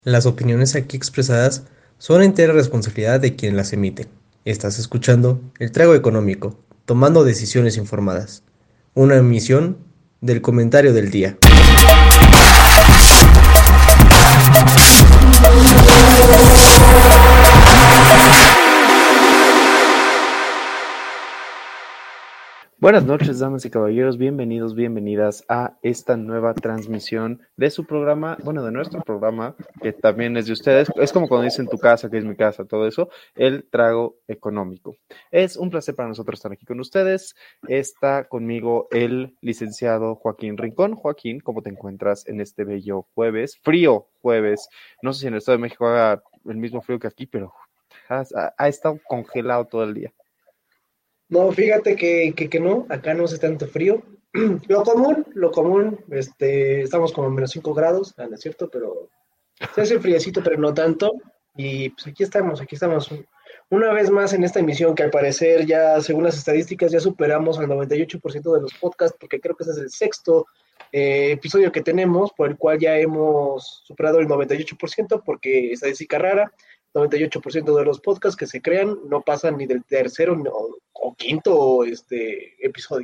Las opiniones aquí expresadas son entera responsabilidad de quienes las emiten. Estás escuchando El Trago Económico, tomando decisiones informadas. Una emisión del comentario del día. Buenas noches, damas y caballeros, bienvenidos, bienvenidas a esta nueva transmisión de su programa, bueno, de nuestro programa, que también es de ustedes. Es como cuando dicen tu casa, que es mi casa, todo eso, El Trago Económico. Es un placer para nosotros estar aquí con ustedes. Está conmigo el licenciado Joaquín Rincón. Joaquín, ¿cómo te encuentras en este bello jueves? Frío jueves. No sé si en el Estado de México haga el mismo frío que aquí, pero ha estado congelado todo el día. No, fíjate que no, acá no hace tanto frío. Lo común, estamos como a -5 grados, no es cierto, pero se hace friecito, pero no tanto. Y pues aquí estamos una vez más en esta emisión que al parecer ya, según las estadísticas, ya superamos al 98% de los podcasts, porque creo que ese es el sexto episodio que tenemos, por el cual ya hemos superado el 98%, porque estadística rara, 98% de los podcasts que se crean no pasan ni del tercero o quinto episodio.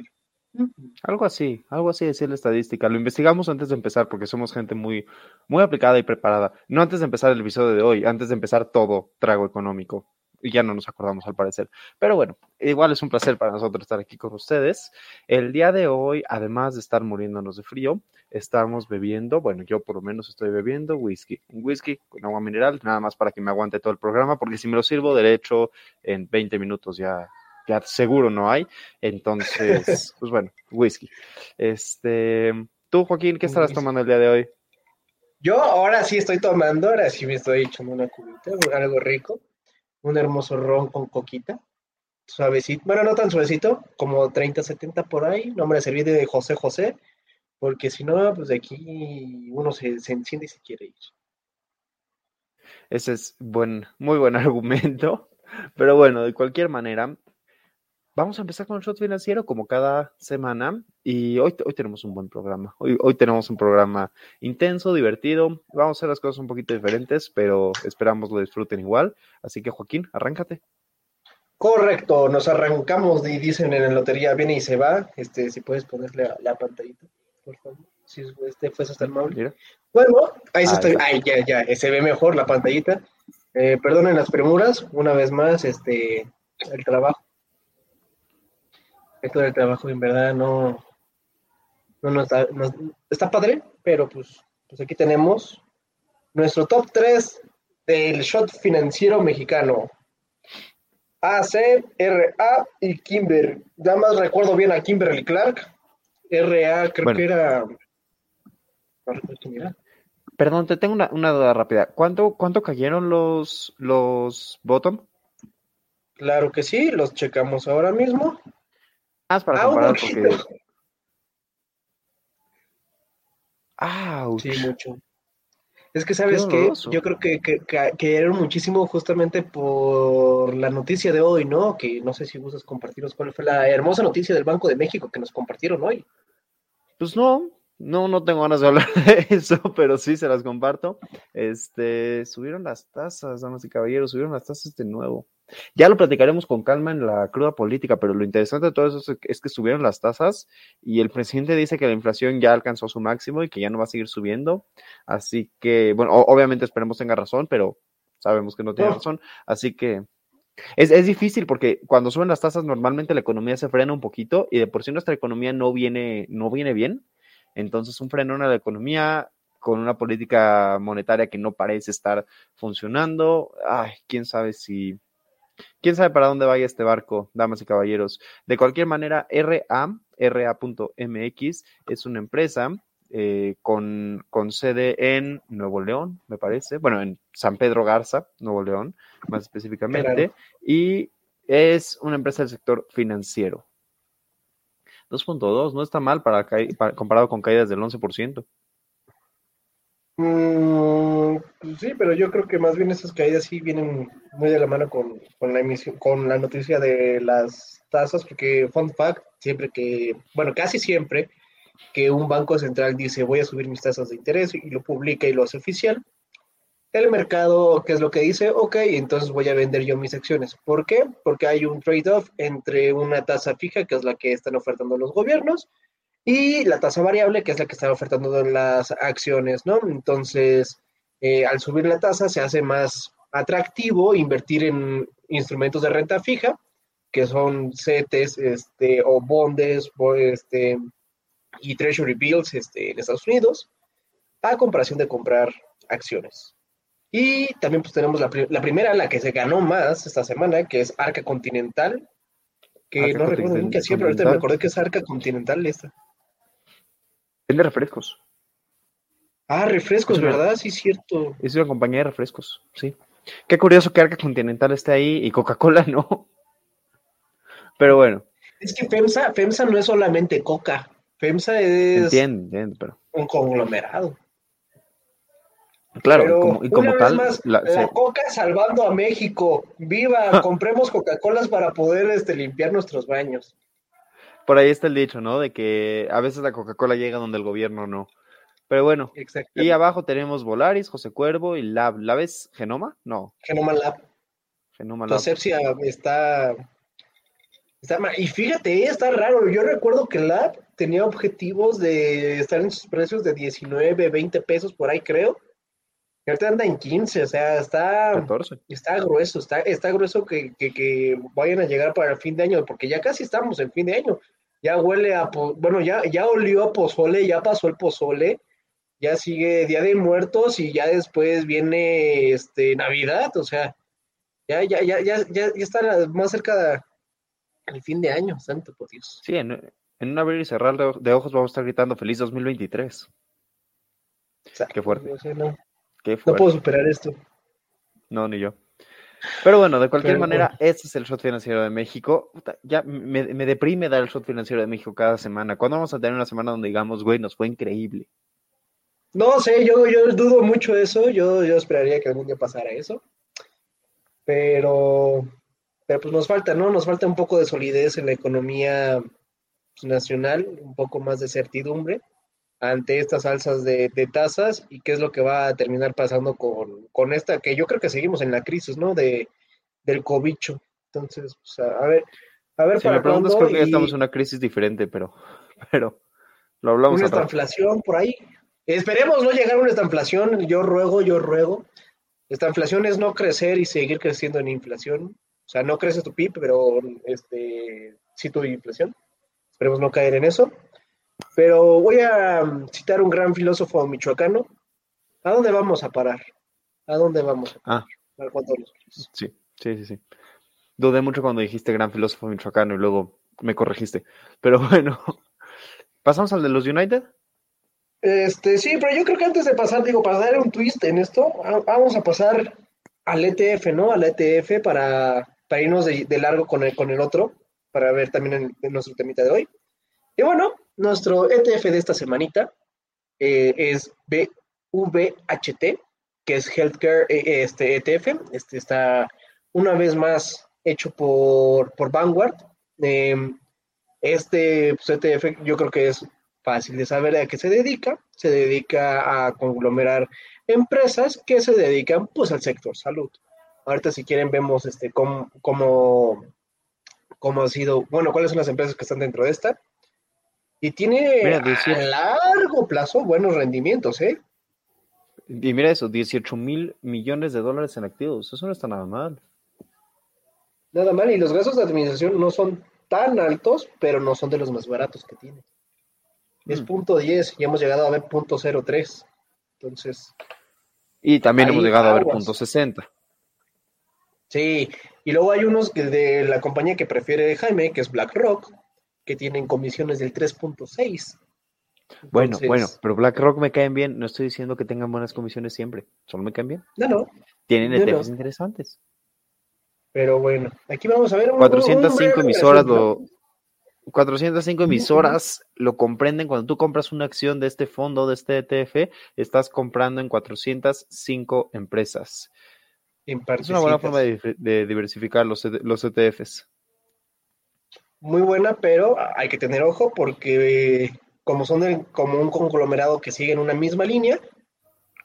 Algo así decía la estadística. Lo investigamos antes de empezar porque somos gente muy, muy aplicada y preparada. No antes de empezar el episodio de hoy, antes de empezar todo Trago Económico. Y ya no nos acordamos al parecer. Pero bueno, igual es un placer para nosotros estar aquí con ustedes. El día de hoy, además de estar muriéndonos de frío, estamos bebiendo, bueno, yo por lo menos estoy bebiendo whisky. Un whisky con agua mineral, nada más para que me aguante todo el programa, porque si me lo sirvo derecho en 20 minutos ya seguro no hay. Entonces, pues bueno, whisky. Tú, Joaquín, ¿qué estarás tomando el día de hoy? Yo ahora sí estoy tomando, ahora sí me estoy echando una cubita, algo rico, un hermoso ron con coquita, suavecito, bueno, no tan suavecito, como 30-70 por ahí, no me la serví de José José, porque si no, pues de aquí uno se enciende y se quiere ir. Ese es muy buen argumento. Pero bueno, de cualquier manera, vamos a empezar con el shot financiero como cada semana. Y hoy tenemos un buen programa. Hoy tenemos un programa intenso, divertido. Vamos a hacer las cosas un poquito diferentes, pero esperamos lo disfruten igual. Así que, Joaquín, arráncate. Correcto, nos arrancamos y dicen en la lotería, viene y se va, si puedes ponerle la pantallita, por favor, si fuese tan amable. Mira. Bueno, ahí se Ahí estoy, está. ya, se ve mejor la pantallita. Perdonen las premuras, una vez más, el trabajo, esto del trabajo en verdad está padre, pero pues aquí tenemos nuestro top 3 del shot financiero mexicano. AC, RA y Kimber. Ya más recuerdo bien a Kimberly Clark. RA creo Bueno, que era. No recuerdo quién era. perdón, te tengo una duda rápida. ¿Cuánto cayeron los bottom? Claro que sí, los checamos ahora mismo. Ah, es para Un comparar poquito. porque... Sí, ¡Auch! mucho. Es que, ¡Qué ¿sabes qué? Yo doloroso! creo que era muchísimo justamente por la noticia de hoy, ¿no? Que no sé si gustas compartirnos cuál fue la hermosa noticia del Banco de México que nos compartieron hoy. Pues no tengo ganas de hablar de eso, pero sí se las comparto. Subieron las tasas, damas y caballeros, subieron las tasas de nuevo. Ya lo platicaremos con calma en la cruda política, pero lo interesante de todo eso es que subieron las tasas y el presidente dice que la inflación ya alcanzó su máximo y que ya no va a seguir subiendo. Así que, bueno, obviamente esperemos tenga razón, pero sabemos que no tiene No, razón. Así que es difícil porque cuando suben las tasas normalmente la economía se frena un poquito y de por sí nuestra economía no viene bien. Entonces un frenón a la economía con una política monetaria que no parece estar funcionando. Ay, quién sabe para dónde vaya este barco, damas y caballeros. De cualquier manera, RA.mx es una empresa con sede en Nuevo León, me parece, bueno, en San Pedro Garza, Nuevo León, más qué raro. específicamente, y es una empresa del sector financiero. 2.2 no está mal comparado con caídas del 11%. Pues sí, pero yo creo que más bien esas caídas sí vienen muy de la mano con la emisión, con la noticia de las tasas, porque fun fact, bueno, casi siempre que un banco central dice voy a subir mis tasas de interés y lo publica y lo hace oficial, El mercado, ¿qué es lo que dice? Ok, entonces voy a vender yo mis acciones. ¿Por qué? Porque hay un trade-off entre una tasa fija, que es la que están ofertando los gobiernos, y la tasa variable, que es la que están ofertando las acciones, ¿no? Entonces, al subir la tasa, se hace más atractivo invertir en instrumentos de renta fija, que son CETES, o bondes, y Treasury Bills, en Estados Unidos, a comparación de comprar acciones. Y también pues tenemos la primera, la que se ganó más esta semana, que es Arca Continental, que Arca no recuerdo bien qué hacía, pero ahorita me Continental. acordé que es Arca Continental esta. Vende refrescos. Ah, Es refrescos, una, ¿verdad? Sí, cierto. es una compañía de refrescos, sí. Qué curioso que Arca Continental esté ahí y Coca-Cola no. Pero bueno, Es que FEMSA no es solamente Coca, FEMSA es entiendo, pero un conglomerado. claro, Pero y una como vez tal, más, la Coca salvando a México. Viva, compremos Coca-Colas para poder limpiar nuestros baños. por ahí está el dicho, ¿no? De que a veces la Coca-Cola llega donde el gobierno no. Pero bueno, y Exactamente. abajo tenemos Volaris, José Cuervo y Lab. ¿Lab es Genoma? No, Genoma Lab. Genoma Tu Lab. asepsia está mal. Y fíjate, está raro. Yo recuerdo que Lab tenía objetivos de estar en sus precios de 19, 20 pesos por ahí, creo. Y ahorita anda en 15, o sea, 14. está grueso, está grueso que vayan a llegar para el fin de año, porque ya casi estamos en fin de año. Ya huele bueno, ya olió a pozole, ya pasó el pozole, ya sigue Día de Muertos y ya después viene Navidad, o sea, ya está más cerca del fin de año, santo por Dios. Sí, en un abrir y cerrar de ojos vamos a estar gritando feliz 2023. Qué Exacto, fuerte, o sea, no, qué no puedo fuerte. superar esto. No, ni yo. Pero bueno, de cualquier Pero bueno, manera, este es el shot financiero de México. Puta, ya me deprime dar el shot financiero de México cada semana. ¿Cuándo vamos a tener una semana donde digamos, güey, nos fue increíble? no sé, yo dudo mucho eso, yo esperaría que algún día pasara eso, pero, pero pues nos falta, ¿no? Nos falta un poco de solidez en la economía pues, nacional, un poco más de certidumbre ante estas alzas de tasas y qué es lo que va a terminar pasando con esta, que yo creo que seguimos en la crisis, ¿no? Del cobicho. Entonces, pues, a ver Si me para preguntas, cuándo creo que ya estamos y en una crisis diferente, pero lo hablamos una al rato. estanflación por ahí. Esperemos no llegar a una estanflación, yo ruego. Esta inflación es no crecer y seguir creciendo en inflación. O sea, no crece tu PIB, pero sí tu inflación. Esperemos no caer en eso. Pero voy a citar un gran filósofo michoacano. ¿A dónde vamos a parar? ¿A dónde vamos a parar? Ah, ¿A cuánto nos crees? sí. Dudé mucho cuando dijiste gran filósofo michoacano y luego me corregiste. Pero bueno, ¿pasamos al de los United? Sí, pero yo creo que antes de pasar, digo, para dar un twist en esto, vamos a pasar al ETF, ¿no? Al ETF para irnos de largo con el otro, para ver también en nuestro temita de hoy. Y bueno, nuestro ETF de esta semanita es BVHT, que es Healthcare ETF. Está una vez más hecho por Vanguard. Eh, pues, ETF yo creo que es fácil de saber a qué se dedica. Se dedica a conglomerar empresas que se dedican pues al sector salud. Ahorita si quieren vemos cómo ha sido, bueno, cuáles son las empresas que están dentro de esta. Y tiene Mira, a 18, largo plazo buenos rendimientos, ¿eh? y mira eso, 18,000 millones de dólares en activos. Eso no está nada mal. Nada mal. Y los gastos de administración no son tan altos, pero no son de los más baratos que tiene. Es Mm. punto 10 y hemos llegado a ver punto 03. Entonces, Y también hemos ahí llegado a ver punto aguas. 60. Sí, y luego hay unos que de la compañía que prefiere Jaime, que es BlackRock, que tienen comisiones del 3.6. Bueno, Entonces, pero BlackRock me caen bien. No estoy diciendo que tengan buenas comisiones siempre. Solo me caen bien. no, no, Tienen no, no. ETFs interesantes. Pero bueno, aquí vamos a ver un 405 breve emisoras resumen, ¿no? lo, 405 Ujú, ujú. emisoras lo comprenden. Cuando tú compras una acción de este fondo, de este ETF, estás comprando en 405 empresas. En Es una buena forma partecitas. de diversificar los ETFs. Muy buena, pero hay que tener ojo porque como son como un conglomerado que siguen una misma línea,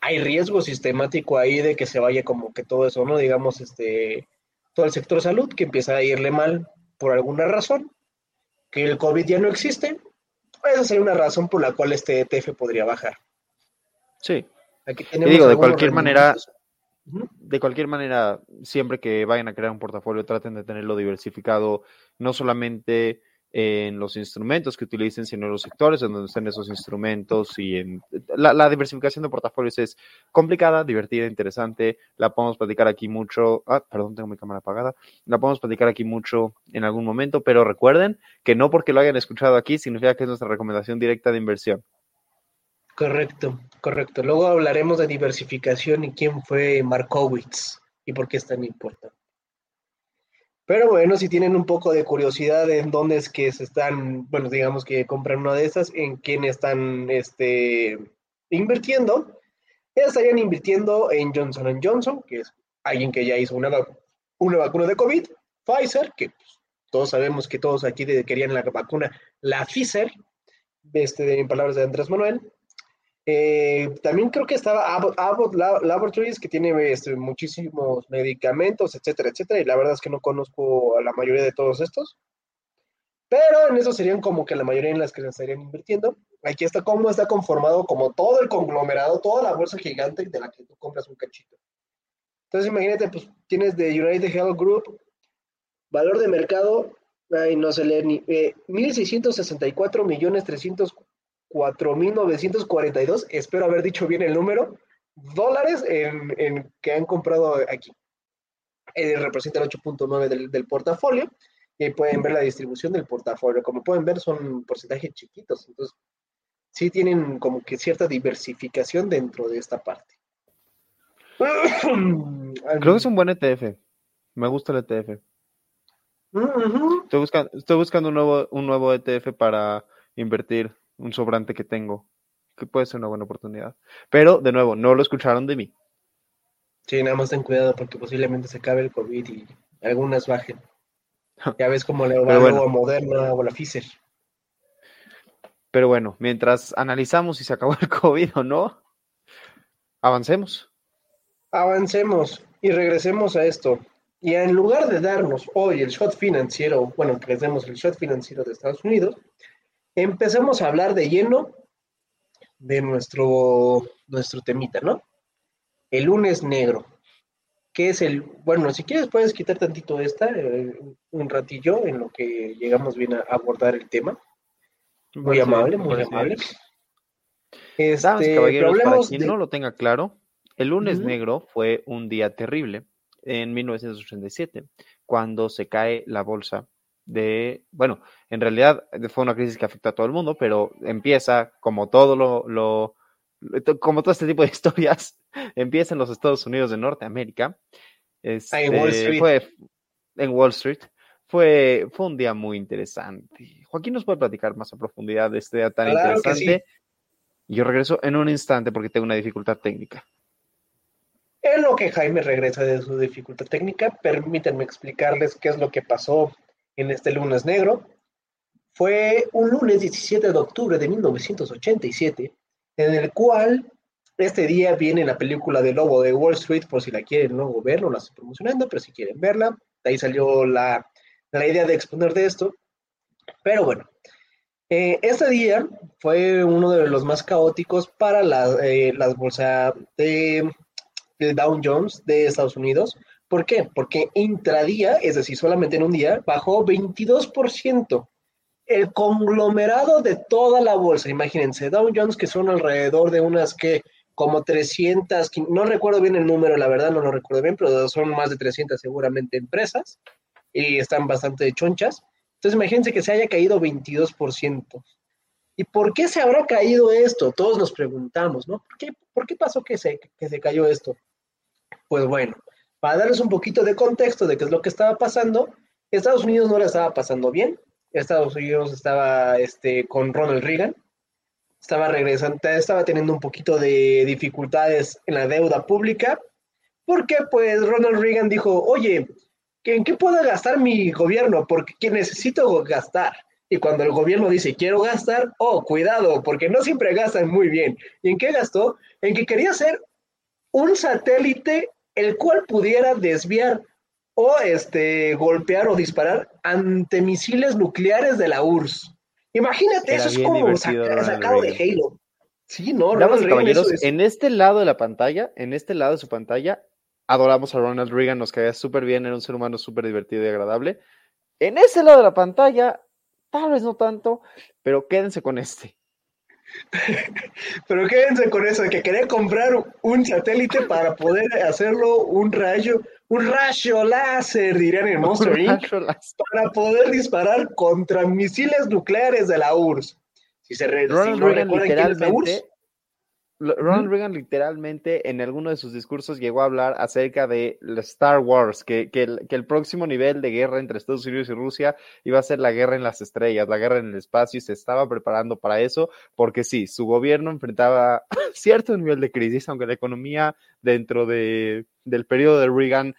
hay riesgo sistemático ahí de que se vaya como que todo eso, ¿no? Digamos, todo el sector salud que empieza a irle mal por alguna razón, que el COVID ya no existe, pues esa sería una razón por la cual este ETF podría bajar. Sí. Aquí Y tenemos digo, algunos rendimientos. Uh-huh. de cualquier manera, siempre que vayan a crear un portafolio, traten de tenerlo diversificado, no solamente en los instrumentos que utilicen, sino en los sectores en donde estén esos instrumentos. Y la diversificación de portafolios es complicada, divertida, interesante. La podemos platicar aquí mucho. Perdón, tengo mi cámara apagada. La podemos platicar aquí mucho en algún momento, pero recuerden que no porque lo hayan escuchado aquí significa que es nuestra recomendación directa de inversión. Correcto, correcto. Luego hablaremos de diversificación y quién fue Markowitz y por qué es tan importante. Pero bueno, si tienen un poco de curiosidad en dónde es que se están, bueno, digamos que compran una de estas, en quién están invirtiendo, ya estarían invirtiendo en Johnson Johnson, que es alguien que ya hizo una vacuna de COVID, Pfizer, que pues, todos sabemos que todos aquí querían la vacuna, la Pfizer, en palabras de Andrés Manuel. También creo que estaba Abbott Laboratories, que tiene muchísimos medicamentos, etcétera, etcétera, y la verdad es que no conozco a la mayoría de todos estos, pero en eso serían como que la mayoría en las que se estarían invirtiendo. Aquí está cómo está conformado como todo el conglomerado, toda la bolsa gigante de la que tú compras un cachito. Entonces imagínate, pues tienes de United Health Group, valor de mercado, ay, no se lee ni, 1.664.304.942, espero haber dicho bien el número, dólares en que han comprado aquí. Representa el 8.9 del portafolio, y pueden ver la distribución del portafolio. Como pueden ver, son porcentajes chiquitos, entonces sí tienen como que cierta diversificación dentro de esta parte. Creo que es un buen ETF. Me gusta el ETF. Uh-huh. Estoy buscando un nuevo ETF para invertir, un sobrante que tengo, que puede ser una buena oportunidad. Pero, de nuevo, no lo escucharon de mí. Sí, nada más ten cuidado porque posiblemente se acabe el COVID y algunas bajen. Ya ves cómo le va luego a Moderna o a la Pfizer. Pero bueno, mientras analizamos si se acabó el COVID o no, avancemos. Avancemos y regresemos a esto. Y en lugar de darnos hoy el shot financiero, bueno, que les demos el shot financiero de Estados Unidos, empecemos a hablar de lleno de nuestro temita, ¿no? El lunes negro. ¿Qué es bueno, si quieres puedes quitar tantito un ratillo en lo que llegamos bien a abordar el tema. Muy amable, muy amable. Damas y caballeros, para quien de... no lo tenga claro, el lunes negro fue un día terrible en 1987, cuando se cae la bolsa bueno, en realidad fue una crisis que afectó a todo el mundo, pero empieza como como todo este tipo de historias, empieza en los Estados Unidos de Norteamérica. En Wall Street. Fue en Wall Street. Fue un día muy interesante. Joaquín nos puede platicar más a profundidad de este día tan interesante. Sí. Yo regreso en un instante porque tengo una dificultad técnica. En lo que Jaime regresa de su dificultad técnica, permítanme explicarles qué es lo que pasó en este lunes negro. Fue un lunes 17 de octubre de 1987, en el cual este día viene la película de Lobo de Wall Street, por si la quieren luego ver, no la estoy promocionando, pero si quieren verla, de ahí salió la idea de exponer de esto. Pero bueno, este día fue uno de los más caóticos para las bolsas de Dow Jones de Estados Unidos. ¿Por qué? Porque intradía, es decir, solamente en un día, bajó 22%. El conglomerado de toda la bolsa, imagínense, Dow Jones, que son alrededor de unas que como 300, no recuerdo bien el número, la verdad no lo recuerdo bien, pero son más de 300 seguramente empresas y están bastante chonchas. Entonces imagínense que se haya caído 22%. ¿Y por qué se habrá caído esto? Todos nos preguntamos, ¿no? ¿Por qué pasó que se cayó esto? Pues bueno, para darles un poquito de contexto de qué es lo que estaba pasando, Estados Unidos no la estaba pasando bien. Estados Unidos estaba con Ronald Reagan, estaba teniendo un poquito de dificultades en la deuda pública, porque pues Ronald Reagan dijo, oye, ¿en qué puedo gastar mi gobierno? Porque necesito gastar. Y cuando el gobierno dice, quiero gastar, cuidado, porque no siempre gastan muy bien. ¿Y en qué gastó? En que quería hacer un satélite el cual pudiera desviar o golpear o disparar ante misiles nucleares de la URSS. Imagínate, Era eso es bien como divertido Ronald sacado de Reagan. Halo. Sí, no, Damas Ronald y Reagan, eso caballeros, es. en este lado de la pantalla, en este lado de su pantalla, adoramos a Ronald Reagan, nos caía súper bien, era un ser humano súper divertido y agradable. En ese lado de la pantalla, tal vez no tanto, pero quédense con este. Pero quédense con eso, de que quería comprar un satélite para poder hacerlo un rayo láser, dirían en Un Monster Inc., rayo láser. para poder disparar contra misiles nucleares de la URSS. Si Ronald no Reagan recuerdan quién es la URSS. Ronald Reagan literalmente en alguno de sus discursos llegó a hablar acerca de Star Wars, que el próximo nivel de guerra entre Estados Unidos y Rusia iba a ser la guerra en las estrellas, la guerra en el espacio, y se estaba preparando para eso, porque sí, su gobierno enfrentaba cierto nivel de crisis, aunque la economía dentro del periodo de Reagan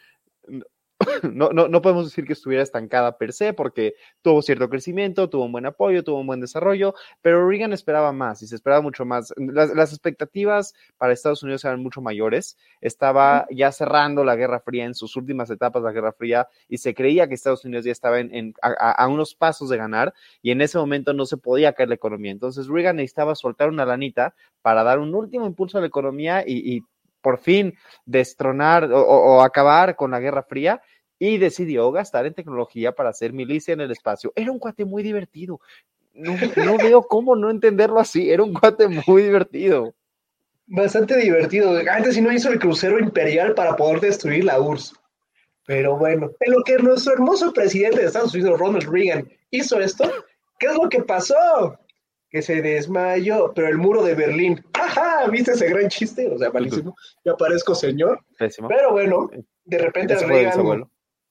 no podemos decir que estuviera estancada per se, porque tuvo cierto crecimiento, tuvo un buen apoyo, tuvo un buen desarrollo, pero Reagan esperaba más y se esperaba mucho más. Las expectativas para Estados Unidos eran mucho mayores. Estaba ya cerrando la Guerra Fría, en sus últimas etapas de la Guerra Fría, y se creía que Estados Unidos ya estaba a unos pasos de ganar, y en ese momento no se podía caer la economía. Entonces Reagan necesitaba soltar una lanita para dar un último impulso a la economía y por fin destronar o acabar con la Guerra Fría, y decidió gastar en tecnología para hacer milicia en el espacio. Era un cuate muy divertido. No veo cómo no entenderlo así. Era un cuate muy divertido. Bastante divertido. Antes si no hizo el crucero imperial para poder destruir la URSS. Pero bueno, en lo que nuestro hermoso presidente de Estados Unidos, Ronald Reagan, hizo esto, ¿qué es lo que pasó? Que se desmayó, pero el muro de Berlín, ¡ajá! ¿Viste ese gran chiste? O sea, malísimo, ya parezco señor. Pésimo. Pero bueno, de repente a Ese fue de Reagan bisabuelo.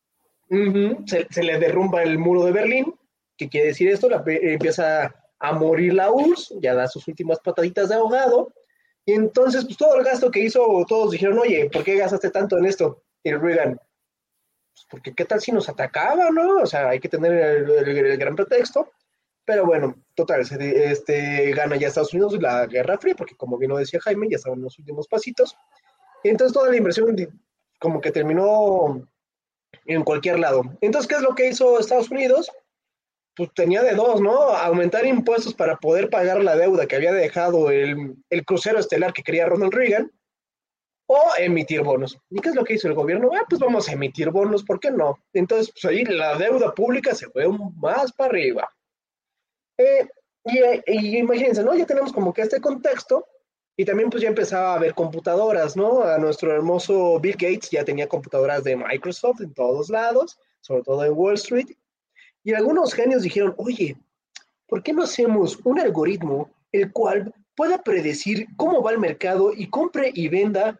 se le derrumba el muro de Berlín. ¿Qué quiere decir esto? Empieza a morir la URSS, ya da sus últimas pataditas de ahogado. Y entonces, pues todo el gasto que hizo, todos dijeron, oye, ¿por qué gastaste tanto en esto? Y Reagan, pues porque qué tal si nos atacaba, ¿no? O sea, hay que tener el gran pretexto. Pero bueno, total, gana ya Estados Unidos la Guerra Fría, porque como bien lo decía Jaime, ya estaban en los últimos pasitos. Y entonces toda la inversión como que terminó en cualquier lado. Entonces, ¿qué es lo que hizo Estados Unidos? Pues tenía de dos, ¿no? Aumentar impuestos para poder pagar la deuda que había dejado el crucero estelar que quería Ronald Reagan, o emitir bonos. ¿Y qué es lo que hizo el gobierno? Pues vamos a emitir bonos, ¿por qué no? Entonces, pues ahí la deuda pública se fue más para arriba. Eh, y imagínense, ¿no? Ya tenemos como que este contexto, y también pues ya empezaba a haber computadoras, ¿no? A nuestro hermoso Bill Gates ya tenía computadoras de Microsoft en todos lados, sobre todo en Wall Street, y algunos genios dijeron, oye, ¿por qué no hacemos un algoritmo el cual pueda predecir cómo va el mercado y compre y venda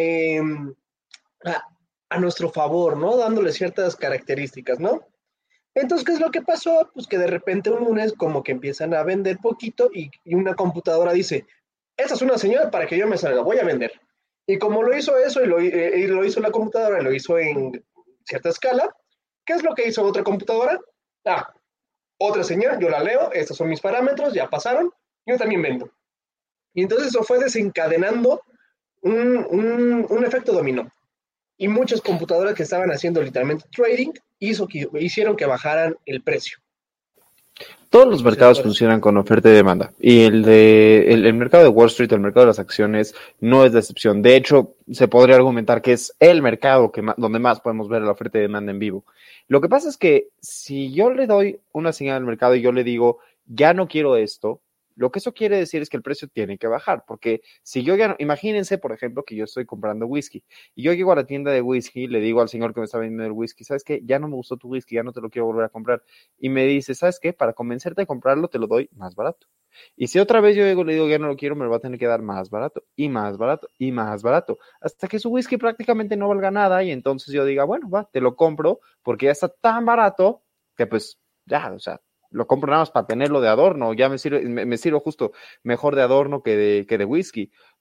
a, a nuestro favor, ¿no? Dándole ciertas características, ¿no? Entonces, ¿qué es lo que pasó? Pues que de repente un lunes como que empiezan a vender poquito y una computadora dice, esta es una señal para que yo me salga, voy a vender. Y como lo hizo eso y lo hizo la computadora y lo hizo en cierta escala, ¿qué es lo que hizo otra computadora? Ah, otra señal, yo la leo, estos son mis parámetros, ya pasaron, yo también vendo. Y entonces eso fue desencadenando un efecto dominó. Y muchas computadoras que estaban haciendo literalmente trading hicieron que bajaran el precio. Todos los mercados funcionan con oferta y demanda. Y el mercado de Wall Street, el mercado de las acciones, no es la excepción. De hecho, se podría argumentar que es el mercado donde más podemos ver la oferta y demanda en vivo. Lo que pasa es que si yo le doy una señal al mercado y yo le digo, ya no quiero esto, lo que eso quiere decir es que el precio tiene que bajar. Porque si yo ya no, imagínense, por ejemplo, que yo estoy comprando whisky y yo llego a la tienda de whisky, le digo al señor que me está vendiendo el whisky, ¿sabes qué? Ya no me gustó tu whisky, ya no te lo quiero volver a comprar. Y me dice, ¿sabes qué? Para convencerte de comprarlo, te lo doy más barato. Y si otra vez yo llego y le digo, ya no lo quiero, me lo va a tener que dar más barato, y más barato, y más barato, hasta que su whisky prácticamente no valga nada, y entonces yo diga, bueno, va, te lo compro, porque ya está tan barato, que pues, ya, o sea, lo compro nada más para tenerlo de adorno, ya me sirve justo mejor de adorno que de whisky.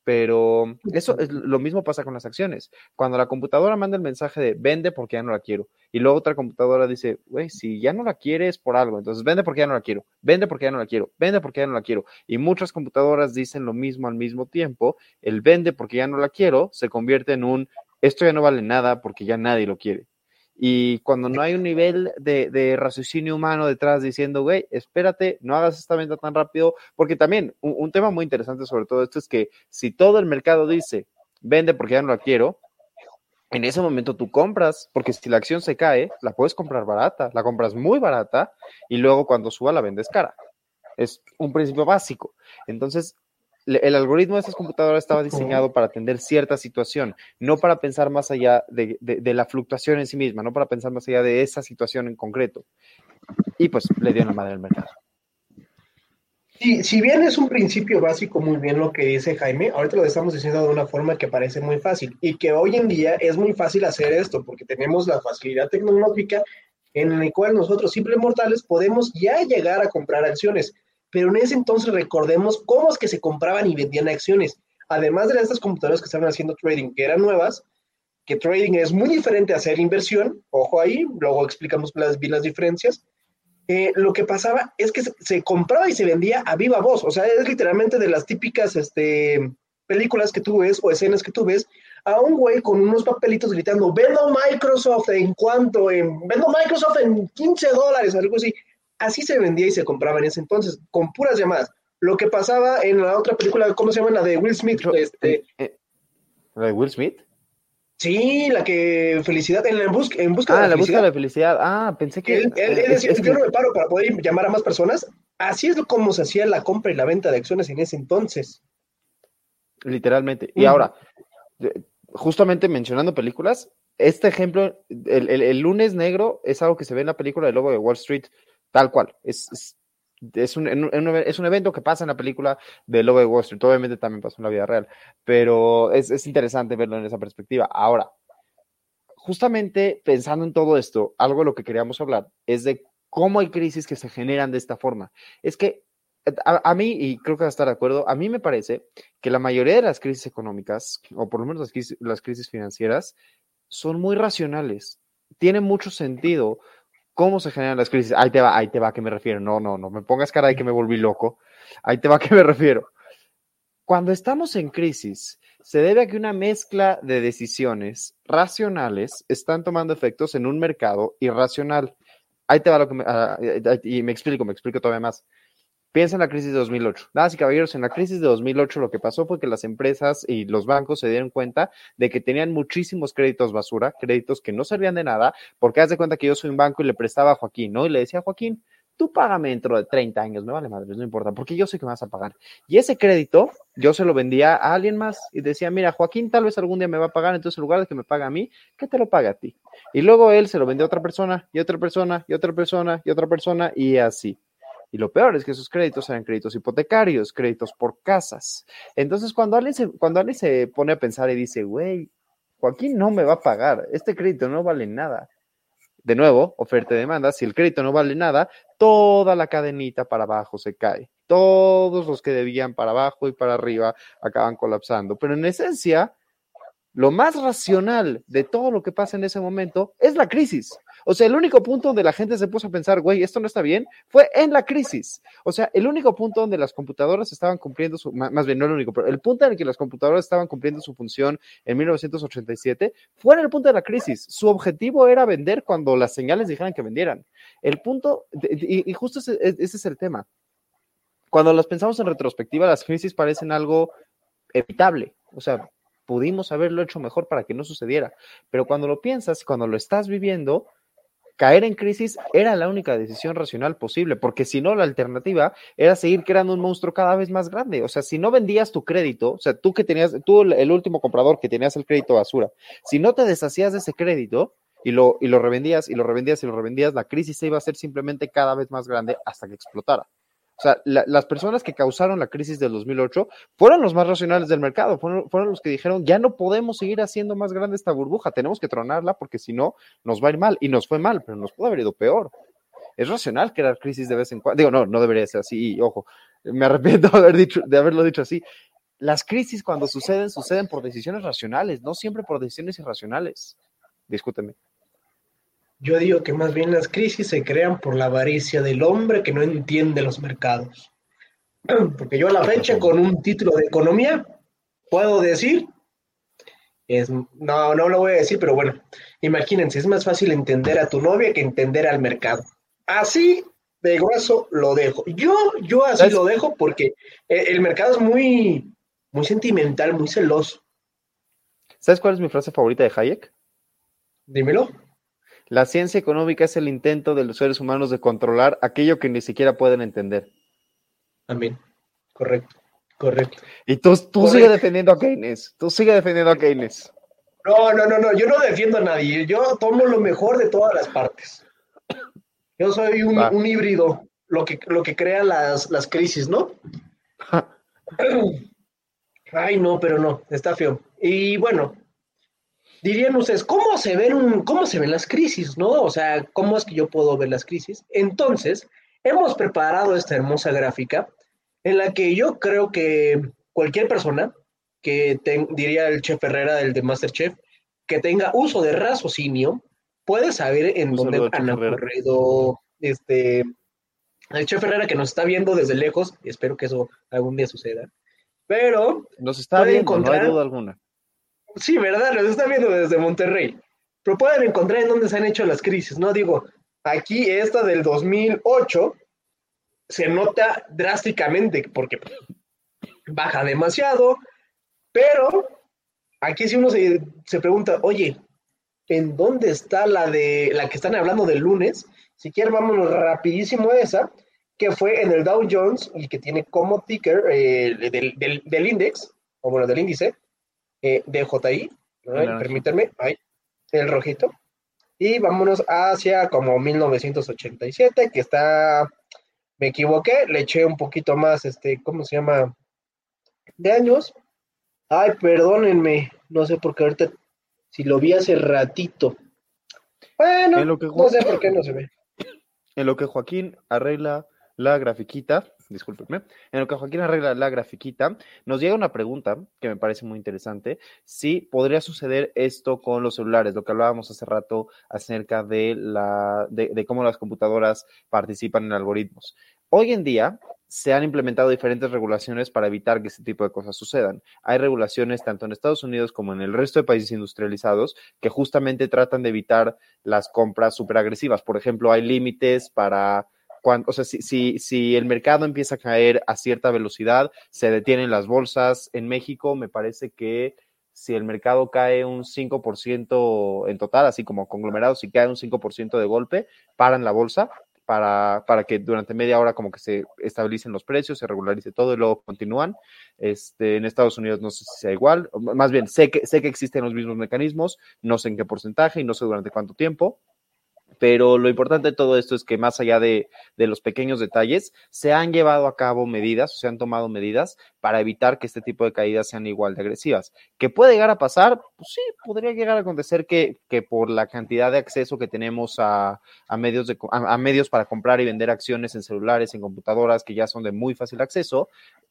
Pero eso es lo mismo pasa con las acciones. Cuando la computadora manda el mensaje de vende porque ya no la quiero, y luego otra computadora dice, güey, si ya no la quieres por algo, entonces vende porque ya no la quiero, vende porque ya no la quiero, vende porque ya no la quiero. Y muchas computadoras dicen lo mismo al mismo tiempo. El vende porque ya no la quiero se convierte en un esto ya no vale nada porque ya nadie lo quiere. Y cuando no hay un nivel de raciocinio humano detrás diciendo, güey, espérate, no hagas esta venta tan rápido, porque también un tema muy interesante sobre todo esto es que si todo el mercado dice, vende porque ya no la quiero, en ese momento tú compras, porque si la acción se cae, la puedes comprar barata, la compras muy barata y luego cuando suba la vendes cara. Es un principio básico. Entonces, el algoritmo de estas computadoras estaba diseñado para atender cierta situación, no para pensar más allá de la fluctuación en sí misma, no para pensar más allá de esa situación en concreto. Y pues le dio en la madre al mercado. Sí, si bien es un principio básico, muy bien lo que dice Jaime, ahorita lo estamos diciendo de una forma que parece muy fácil y que hoy en día es muy fácil hacer esto porque tenemos la facilidad tecnológica en la cual nosotros, simples mortales, podemos ya llegar a comprar acciones. Pero en ese entonces recordemos cómo es que se compraban y vendían acciones. Además de estas computadoras que estaban haciendo trading, que eran nuevas, que trading es muy diferente a hacer inversión, ojo ahí, luego explicamos bien las diferencias. Lo que pasaba es que se compraba y se vendía a viva voz, o sea, es literalmente de las típicas películas que tú ves o escenas que tú ves, a un güey con unos papelitos gritando, vendo Microsoft en cuánto, vendo Microsoft en $15, algo así. Así se vendía y se compraba en ese entonces, con puras llamadas. Lo que pasaba en la otra película, ¿cómo se llama? La de Will Smith. ¿La de Will Smith? Sí, la que felicidad, en busca de la la búsqueda de felicidad. la felicidad. Pensé que... Él decía, yo no me paro para poder llamar a más personas. Así es como se hacía la compra y la venta de acciones en ese entonces. Literalmente. Y ahora, justamente mencionando películas, este ejemplo, el lunes negro es algo que se ve en la película de Lobo de Wall Street, tal cual. Es un evento que pasa en la película de Lobo de Wall Street. Obviamente también pasó en la vida real, pero es interesante verlo en esa perspectiva. Ahora, justamente pensando en todo esto, algo de lo que queríamos hablar es de cómo hay crisis que se generan de esta forma. Es que a mí, y creo que vas a estar de acuerdo, a mí me parece que la mayoría de las crisis económicas, o por lo menos las crisis financieras, son muy racionales. Tiene mucho sentido cómo se generan las crisis. Ahí te va, ¿a qué me refiero? No me pongas cara de que me volví loco. Ahí te va, ¿a qué me refiero? Cuando estamos en crisis, se debe a que una mezcla de decisiones racionales están tomando efectos en un mercado irracional. Ahí te va lo que y me explico todavía más. Piensa en la crisis de 2008. Damas y caballeros, en la crisis de 2008 lo que pasó fue que las empresas y los bancos se dieron cuenta de que tenían muchísimos créditos basura, créditos que no servían de nada, porque haz de cuenta que yo soy un banco y le prestaba a Joaquín, ¿no? Y le decía a Joaquín, tú págame dentro de 30 años, me vale madre, no importa, porque yo sé que me vas a pagar. Y ese crédito yo se lo vendía a alguien más y decía, mira, Joaquín tal vez algún día me va a pagar, entonces en lugar de que me pague a mí, que te lo pague a ti. Y luego él se lo vendió a otra persona, y otra persona, y otra persona, y otra persona, y así. Y lo peor es que esos créditos eran créditos hipotecarios, créditos por casas. Entonces, cuando alguien se pone a pensar y dice, güey, Joaquín no me va a pagar, este crédito no vale nada. De nuevo, oferta y demanda, si el crédito no vale nada, toda la cadenita para abajo se cae. Todos los que debían para abajo y para arriba acaban colapsando. Pero en esencia, lo más racional de todo lo que pasa en ese momento es la crisis. O sea, el único punto donde la gente se puso a pensar, güey, esto no está bien, fue en la crisis. O sea, el único punto donde las computadoras estaban cumpliendo más bien no el único, pero el punto en el que las computadoras estaban cumpliendo su función en 1987 fue en el punto de la crisis. Su objetivo era vender cuando las señales dijeran que vendieran. El punto, y justo ese es el tema. Cuando las pensamos en retrospectiva, las crisis parecen algo evitable. O sea, pudimos haberlo hecho mejor para que no sucediera. Pero cuando lo piensas, cuando lo estás viviendo, caer en crisis era la única decisión racional posible, porque si no, la alternativa era seguir creando un monstruo cada vez más grande. O sea, si no vendías tu crédito, o sea, tú el último comprador que tenías el crédito basura, si no te deshacías de ese crédito y lo revendías y lo revendías y lo revendías, la crisis se iba a hacer simplemente cada vez más grande hasta que explotara. O sea, las personas que causaron la crisis del 2008 fueron los más racionales del mercado, fueron los que dijeron, ya no podemos seguir haciendo más grande esta burbuja, tenemos que tronarla porque si no, nos va a ir mal. Y nos fue mal, pero nos pudo haber ido peor. Es racional crear crisis de vez en cuando. Digo, no debería ser así, y ojo, me arrepiento de haberlo dicho así. las crisis cuando suceden por decisiones racionales, no siempre por decisiones irracionales. Discúlpeme. Yo digo que más bien las crisis se crean por la avaricia del hombre que no entiende los mercados. Porque yo a la fecha, con un título de economía, puedo decir, no lo voy a decir, pero bueno, imagínense, es más fácil entender a tu novia que entender al mercado. Así de grueso lo dejo. Yo así lo dejo porque el mercado es muy, muy sentimental, muy celoso. ¿Sabes cuál es mi frase favorita de Hayek? Dímelo. La ciencia económica es el intento de los seres humanos de controlar aquello que ni siquiera pueden entender. Amén. Correcto. Y tú sigues defendiendo a Keynes. No, yo no defiendo a nadie. Yo tomo lo mejor de todas las partes. Yo soy un híbrido, lo que crea las crisis, ¿no? Ay, no, pero no, está feo. Y bueno, dirían ustedes, ¿cómo se ven las crisis, no? O sea, ¿cómo es que yo puedo ver las crisis? Entonces, hemos preparado esta hermosa gráfica en la que yo creo que cualquier persona diría el chef Herrera, del de MasterChef, que tenga uso de raciocinio, puede saber en dónde han ocurrido el chef Herrera, que nos está viendo desde lejos, y espero que eso algún día suceda, pero nos está viendo, no hay duda alguna. Sí, ¿verdad? Nos está viendo desde Monterrey, pero pueden encontrar en dónde se han hecho las crisis, ¿no? Digo, aquí esta del 2008 se nota drásticamente porque baja demasiado, pero aquí si uno se pregunta, oye, ¿en dónde está la que están hablando del lunes? Si quieren, vámonos rapidísimo a esa, que fue en el Dow Jones y que tiene como ticker del index, o bueno, del índice, DJI, permítanme, ahí, el rojito, y vámonos hacia como 1987, que está, me equivoqué, le eché un poquito más, ¿cómo se llama? De años. Ay, perdónenme, no sé por qué ahorita, si lo vi hace ratito. Bueno, no sé por qué no se ve. En lo que Joaquín arregla la grafiquita, discúlpenme, nos llega una pregunta que me parece muy interesante, si podría suceder esto con los celulares, lo que hablábamos hace rato acerca de cómo las computadoras participan en algoritmos. Hoy en día se han implementado diferentes regulaciones para evitar que este tipo de cosas sucedan. Hay regulaciones tanto en Estados Unidos como en el resto de países industrializados que justamente tratan de evitar las compras súper agresivas. Por ejemplo, hay límites para o sea, si el mercado empieza a caer a cierta velocidad, se detienen las bolsas. En México me parece que si el mercado cae un 5% en total, así como conglomerado, si cae un 5% de golpe, paran la bolsa para que durante media hora como que se estabilicen los precios, se regularice todo y luego continúan. En Estados Unidos no sé si sea igual, más bien sé que existen los mismos mecanismos, no sé en qué porcentaje y no sé durante cuánto tiempo. Pero lo importante de todo esto es que más allá de los pequeños detalles, se han llevado a cabo medidas, o se han tomado medidas para evitar que este tipo de caídas sean igual de agresivas. ¿Qué puede llegar a pasar? Pues sí, podría llegar a acontecer que por la cantidad de acceso que tenemos a medios para comprar y vender acciones en celulares, en computadoras, que ya son de muy fácil acceso,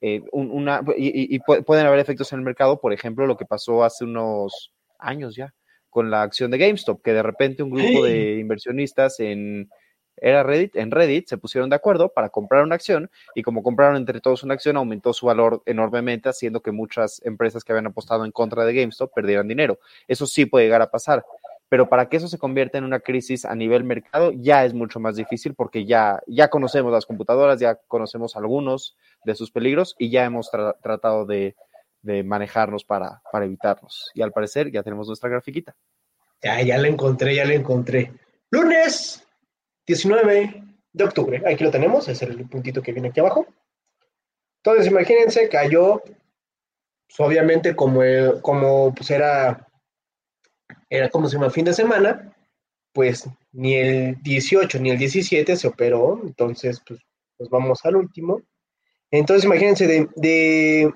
pueden haber efectos en el mercado, por ejemplo, lo que pasó hace unos años ya, con la acción de GameStop, que de repente un grupo de inversionistas en Reddit se pusieron de acuerdo para comprar una acción, y como compraron entre todos una acción, aumentó su valor enormemente, haciendo que muchas empresas que habían apostado en contra de GameStop perdieran dinero. Eso sí puede llegar a pasar, pero para que eso se convierta en una crisis a nivel mercado ya es mucho más difícil, porque ya conocemos las computadoras, ya conocemos algunos de sus peligros y ya hemos tratado de manejarnos para evitarlos. Y al parecer ya tenemos nuestra grafiquita. Ya la encontré. Lunes 19 de octubre. Aquí lo tenemos, es el puntito que viene aquí abajo. Entonces, imagínense, cayó, pues, obviamente, como pues era como se llama, fin de semana, pues ni el 18 ni el 17 se operó. Entonces, pues vamos al último. Entonces, imagínense, de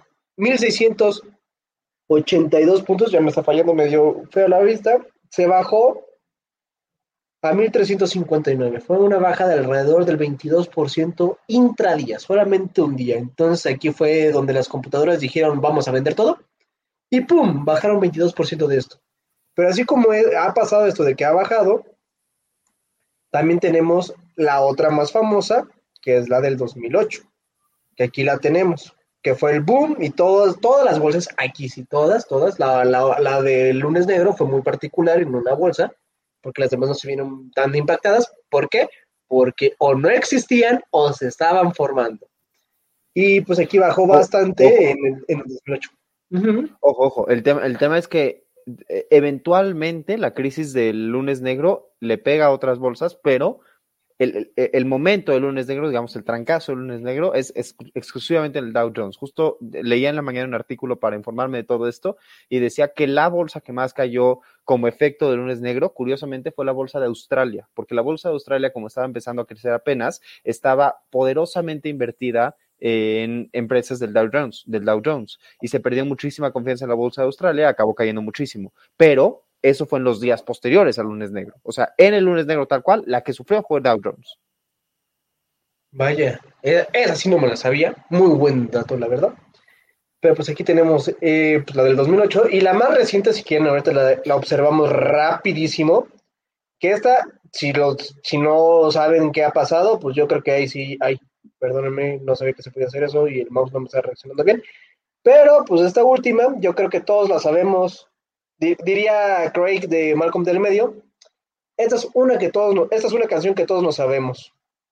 1682 puntos, ya me está fallando medio feo la vista, se bajó a 1,359. Fue una baja de alrededor del 22% intradía, solamente un día. Entonces aquí fue donde las computadoras dijeron vamos a vender todo y ¡pum! Bajaron 22% de esto. Pero así como ha pasado esto de que ha bajado, también tenemos la otra más famosa, que es la del 2008, que aquí la tenemos, que fue el boom y todas las bolsas, aquí sí, todas, la del lunes negro fue muy particular en una bolsa, porque las demás no se vieron tan impactadas. ¿Por qué? Porque o no existían o se estaban formando. Y pues aquí bajó bastante Ojo, en el 2008. Uh-huh. ojo. El tema es que eventualmente la crisis del lunes negro le pega a otras bolsas, pero el momento del lunes negro, digamos, el trancazo del lunes negro es exclusivamente el Dow Jones. Justo leía en la mañana un artículo para informarme de todo esto y decía que la bolsa que más cayó como efecto del lunes negro, curiosamente, fue la bolsa de Australia, porque la bolsa de Australia, como estaba empezando a crecer apenas, estaba poderosamente invertida en empresas del Dow Jones, y se perdió muchísima confianza en la bolsa de Australia, acabó cayendo muchísimo, pero eso fue en los días posteriores al lunes negro. O sea, en el lunes negro tal cual, la que sufrió fue Dow Jones. Vaya, esa sí no me la sabía. Muy buen dato, la verdad. Pero pues aquí tenemos pues, la del 2008 y la más reciente, si quieren, ahorita la observamos rapidísimo. Que esta, si no saben qué ha pasado, pues yo creo que ahí sí, ay, perdónenme, no sabía que se podía hacer eso y el mouse no me está reaccionando bien. Pero pues esta última, yo creo que todos la sabemos. Diría Craig de Malcolm del Medio, esta es una canción que todos nos sabemos.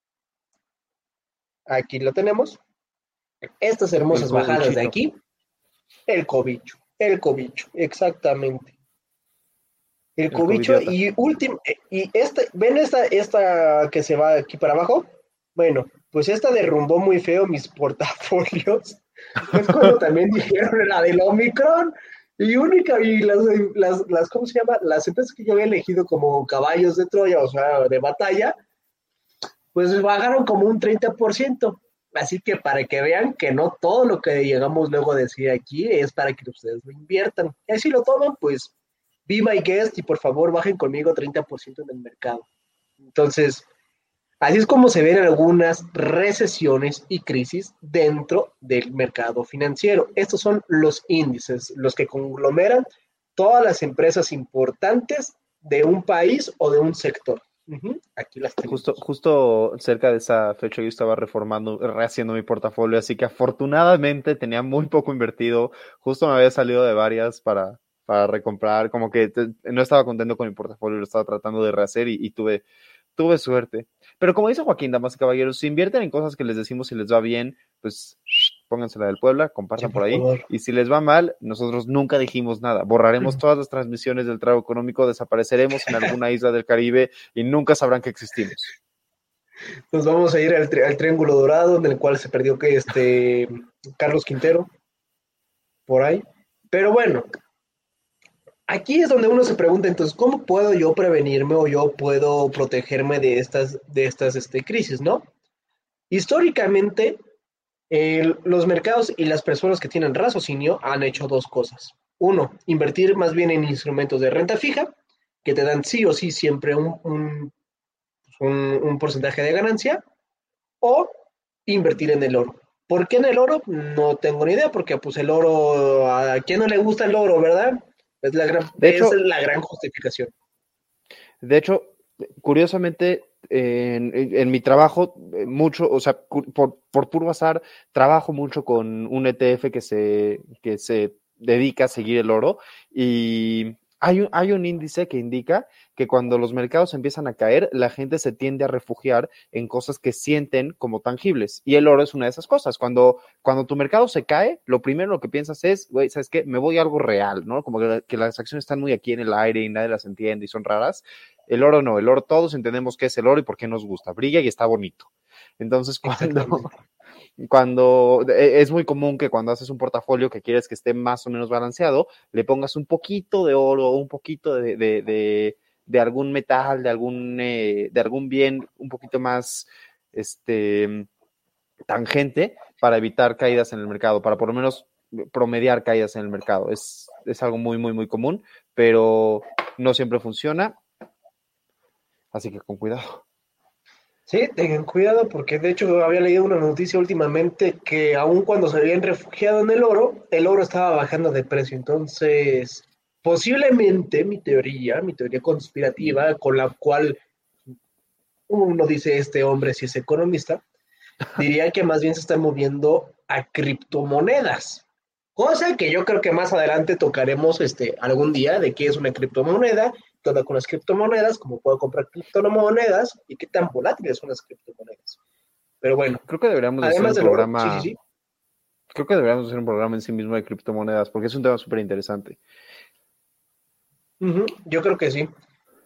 Aquí la tenemos. Estas El hermosas bajadas de cobichito. aquí, el cobicho, exactamente. El El cobicho covidiota. ¿ven esta que se va aquí para abajo? Bueno, pues esta derrumbó muy feo mis portafolios. Es cuando también dijeron la del Omicron. Y ¿cómo se llama? Las empresas que yo había elegido como caballos de Troya, o sea, de batalla, pues bajaron como un 30%. Así que para que vean que no todo lo que llegamos luego a decir aquí es para que ustedes lo inviertan. Y así lo toman, pues be my guest y por favor bajen conmigo 30% en el mercado. Entonces, así es como se ven algunas recesiones y crisis dentro del mercado financiero. Estos son los índices, los que conglomeran todas las empresas importantes de un país o de un sector. Aquí las tenemos. Justo cerca de esa fecha yo estaba rehaciendo mi portafolio, así que afortunadamente tenía muy poco invertido. Justo me había salido de varias para recomprar, como que no estaba contento con mi portafolio, lo estaba tratando de rehacer y tuve suerte. Pero como dice Joaquín, damas y caballeros, si invierten en cosas que les decimos si les va bien, pues póngansela del Puebla, Sí, compartan por por ahí. favor. Y si les va mal, nosotros nunca dijimos nada. Borraremos todas las transmisiones del Trago Económico, desapareceremos en alguna isla del Caribe y nunca sabrán que existimos. Nos vamos a ir al Triángulo Dorado, en el cual se perdió que Carlos Quintero, por ahí. Pero bueno, aquí es donde uno se pregunta, entonces, ¿cómo puedo yo prevenirme o yo puedo protegerme de estas crisis, ¿no? Históricamente, los mercados y las personas que tienen raciocinio han hecho dos cosas. Uno, invertir más bien en instrumentos de renta fija, que te dan sí o sí siempre un porcentaje de ganancia, o invertir en el oro. ¿Por qué en el oro? No tengo ni idea, porque pues el oro, ¿a quién no le gusta el oro, verdad? De Es hecho, la gran justificación. de hecho, curiosamente, en mi trabajo, mucho, o sea, por puro azar, trabajo mucho con un ETF que se dedica a seguir el oro, y hay un índice que indica que cuando los mercados empiezan a caer, la gente se tiende a refugiar en cosas que sienten como tangibles, y el oro es una de esas cosas. Cuando tu mercado se cae, lo primero lo que piensas es, güey, ¿sabes qué? Me voy a algo real, ¿no? Como que las acciones están muy aquí en el aire y nadie las entiende y son raras. El oro no, el oro todos entendemos qué es el oro y por qué nos gusta, brilla y está bonito. Entonces, Exactamente. cuando es muy común que cuando haces un portafolio que quieres que esté más o menos balanceado, le pongas un poquito de oro, un poquito de algún metal, de algún bien un poquito más tangente, para evitar caídas en el mercado, para por lo menos promediar caídas en el mercado. Es algo muy, muy, muy común, pero no siempre funciona. Así que con cuidado. Sí, tengan cuidado porque de hecho había leído una noticia últimamente que aun cuando se habían refugiado en el oro estaba bajando de precio. Entonces, posiblemente mi teoría conspirativa con la cual uno dice este hombre si es economista, diría que más bien se están moviendo a criptomonedas. Cosa que yo creo que más adelante tocaremos algún día de qué es una criptomoneda, qué onda con las criptomonedas, cómo puedo comprar criptomonedas y qué tan volátiles son las criptomonedas. Pero bueno, Creo que deberíamos hacer además un del oro, sí, sí, programa. sí. Creo que deberíamos hacer un programa en sí mismo de criptomonedas, porque es un tema súper interesante. Yo creo que sí.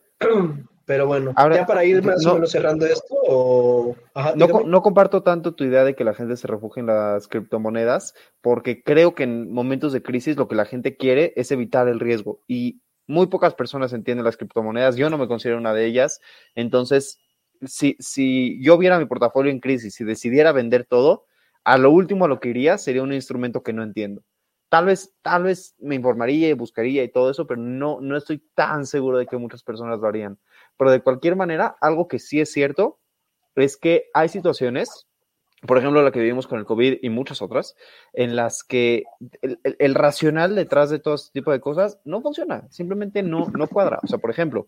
Pero bueno, Ahora, ya para ir más o no, menos cerrando esto, o... Ajá, no, dígame. no comparto tanto tu idea de que la gente se refugie en las criptomonedas, porque creo que en momentos de crisis lo que la gente quiere es evitar el riesgo. Y muy pocas personas entienden las criptomonedas. Yo no me considero una de ellas. Entonces, si yo viera mi portafolio en crisis y decidiera vender todo, a lo último a lo que iría sería un instrumento que no entiendo. Tal vez me informaría y buscaría y todo eso, pero no estoy tan seguro de que muchas personas lo harían. Pero de cualquier manera, algo que sí es cierto es que hay situaciones, por ejemplo, la que vivimos con el COVID y muchas otras, en las que el racional detrás de todo este tipo de cosas no funciona, simplemente no cuadra. O sea, por ejemplo,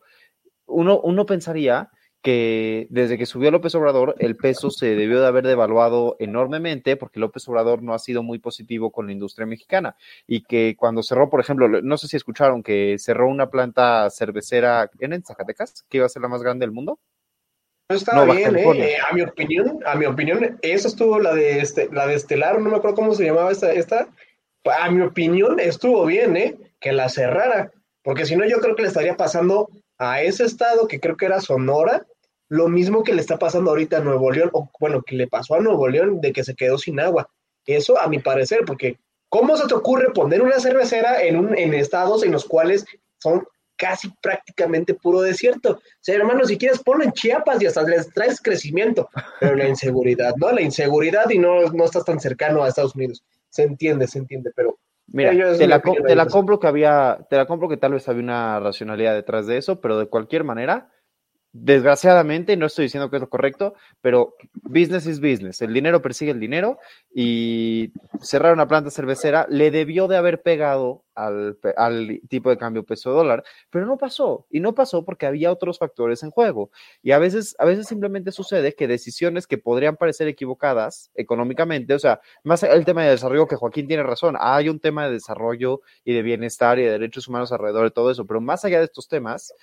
uno pensaría que desde que subió López Obrador, el peso se debió de haber devaluado enormemente porque López Obrador no ha sido muy positivo con la industria mexicana y que cuando cerró, por ejemplo, no sé si escucharon que cerró una planta cervecera en Zacatecas, que iba a ser la más grande del mundo. No estaba No, Baja bien, California. A mi opinión, esa estuvo la de Estelar, no me acuerdo cómo se llamaba esta. A mi opinión, estuvo bien, que la cerrara, porque si no, yo creo que le estaría pasando a ese estado, que creo que era Sonora, lo mismo que le está pasando ahorita a Nuevo León, o bueno, que le pasó a Nuevo León de que se quedó sin agua. Eso, a mi parecer, porque ¿cómo se te ocurre poner una cervecera en estados en los cuales son casi prácticamente puro desierto? O sea, hermano, si quieres ponlo en Chiapas y hasta les traes crecimiento, pero la inseguridad, ¿no? La inseguridad y no estás tan cercano a Estados Unidos. Se entiende, pero Mira, es mi opinión te ahí la personal. compro te la compro que tal vez había una racionalidad detrás de eso, pero de cualquier manera, desgraciadamente, no estoy diciendo que es lo correcto, pero business is business. El dinero persigue el dinero y cerrar una planta cervecera le debió de haber pegado al tipo de cambio peso-dólar, pero no pasó. Y no pasó porque había otros factores en juego. Y a veces simplemente sucede que decisiones que podrían parecer equivocadas económicamente, o sea, más el tema de desarrollo, que Joaquín tiene razón, hay un tema de desarrollo y de bienestar y de derechos humanos alrededor de todo eso, pero más allá de estos temas,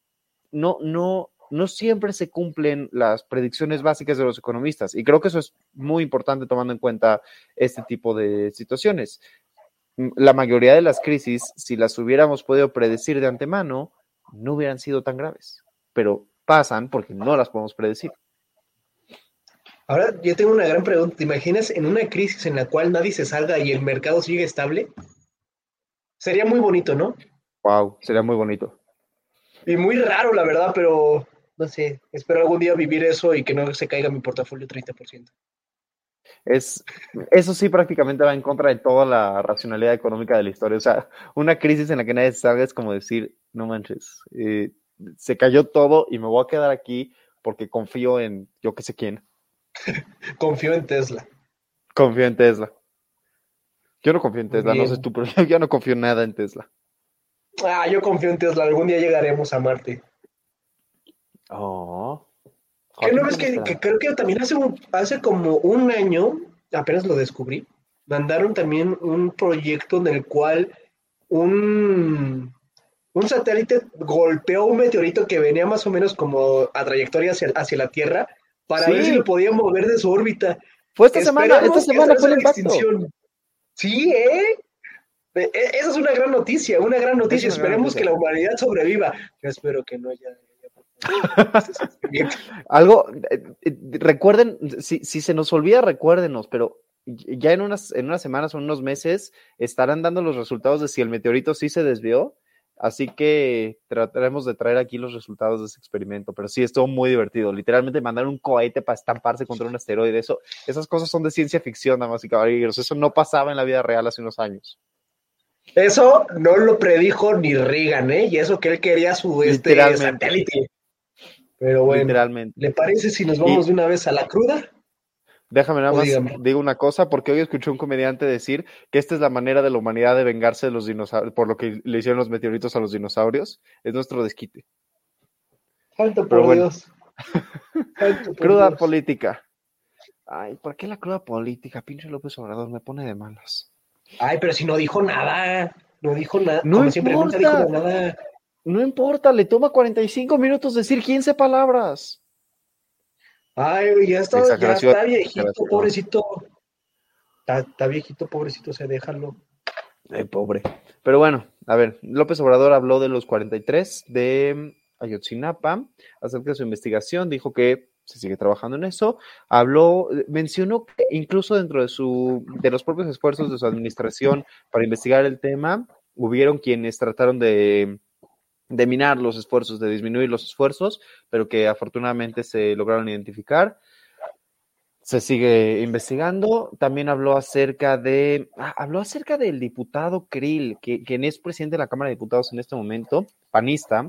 no siempre se cumplen las predicciones básicas de los economistas. Y creo que eso es muy importante tomando en cuenta este tipo de situaciones. La mayoría de las crisis, si las hubiéramos podido predecir de antemano, no hubieran sido tan graves. Pero pasan porque no las podemos predecir. Ahora, yo tengo una gran pregunta. ¿Te imaginas en una crisis en la cual nadie se salga y el mercado sigue estable? Sería muy bonito, ¿no? Wow, sería muy bonito. Y muy raro, la verdad, pero no sé. Espero algún día vivir eso y que no se caiga mi portafolio 30%. Es, eso sí prácticamente va en contra de toda la racionalidad económica de la historia. O sea, una crisis en la que nadie se salga es como decir, no manches, se cayó todo y me voy a quedar aquí porque confío en yo que sé quién. Confío en Tesla. Confío en Tesla. Yo no confío en Muy Tesla, no sé bien. tú, pero yo no confío en nada en Tesla. Yo confío en Tesla. Algún día llegaremos a Marte. Oh, ¿Qué no Joaquín ves tiene que esperanza. creo que también hace como un año, apenas lo descubrí, mandaron también un proyecto en el cual un, un satélite golpeó un meteorito que venía más o menos como a trayectoria hacia la Tierra para ver si lo Sí, podía mover de su órbita. fue esta Esperemos que esta semana no fue sea el la impacto. extinción. Sí, ¿eh? Esa es una gran noticia, una gran Es noticia. una gran Esperemos que noticia. la humanidad sobreviva. Yo espero que no, ya, por favor, este sufrimiento. Algo, recuerden, si se nos olvida, recuérdenos, pero ya en unas semanas o en unos meses estarán dando los resultados de si el meteorito sí se desvió, así que trataremos de traer aquí los resultados de ese experimento, pero sí, estuvo muy divertido, literalmente mandar un cohete para estamparse contra un asteroide, esas cosas son de ciencia ficción, damas y caballeros, eso no pasaba en la vida real hace unos años, Eso no lo predijo ni Reagan, ¿eh? Y eso que él quería su literalmente. satélite. Pero bueno, literalmente. ¿le parece si nos vamos Y de una vez a la cruda? déjame nada O más dígame. digo una cosa, porque hoy escuché un comediante decir que esta es la manera de la humanidad de vengarse de los dinosaurios, por lo que le hicieron los meteoritos a los dinosaurios. Es nuestro desquite. Santo Pero por bueno, Dios, santo por cruda Dios. política. Ay, ¿por qué la cruda política? Pinche López Obrador me pone de malas. Ay, pero si no dijo nada, no dijo nada, No como siempre, nunca dijo importa, nada. no importa, le toma 45 minutos decir 15 palabras. Ay, güey, ya Exageración, está viejito, exageración. pobrecito. Está viejito, pobrecito, se déjalo. Pobre. Pero bueno, a ver, López Obrador habló de los 43 de Ayotzinapa, acerca de su investigación, dijo que se sigue trabajando en eso, mencionó que incluso dentro de los propios esfuerzos de su administración para investigar el tema, hubieron quienes trataron de minar los esfuerzos, de disminuir los esfuerzos, pero que afortunadamente se lograron identificar. Se sigue investigando. También habló acerca del diputado Krill, quien es presidente de la Cámara de Diputados en este momento, panista.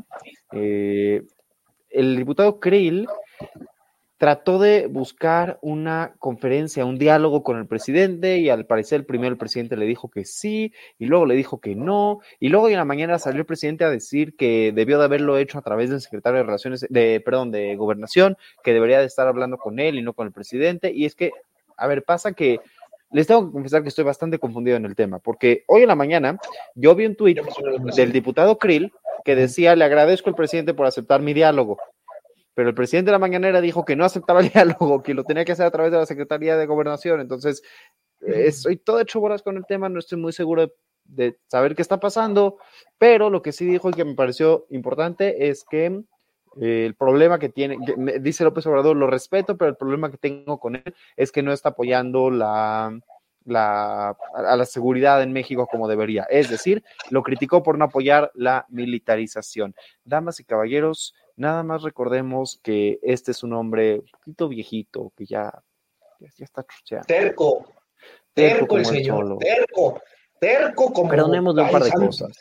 El diputado Krill trató de buscar una conferencia, un diálogo con el presidente, y al parecer primero el presidente le dijo que sí, y luego le dijo que no, y luego en la mañana salió el presidente a decir que debió de haberlo hecho a través del secretario de Gobernación, que debería de estar hablando con él y no con el presidente. Y es que, a ver, pasa que les tengo que confesar que estoy bastante confundido en el tema, porque hoy en la mañana yo vi un tuit del diputado Krill que decía: le agradezco al presidente por aceptar mi diálogo. Pero el presidente de la mañanera dijo que no aceptaba el diálogo, que lo tenía que hacer a través de la Secretaría de Gobernación. Entonces, estoy todo hecho bolas con el tema, no estoy muy seguro de saber qué está pasando, pero lo que sí dijo y que me pareció importante es que el problema que tiene, dice López Obrador, lo respeto, pero el problema que tengo con él es que no está apoyando a la seguridad en México como debería. Es decir, lo criticó por no apoyar la militarización. Damas y caballeros, nada más recordemos que este es un hombre un poquito viejito, que ya está chucheando. Terco el como el señor, cholo. terco como... Perdonémosle un par de santo. cosas.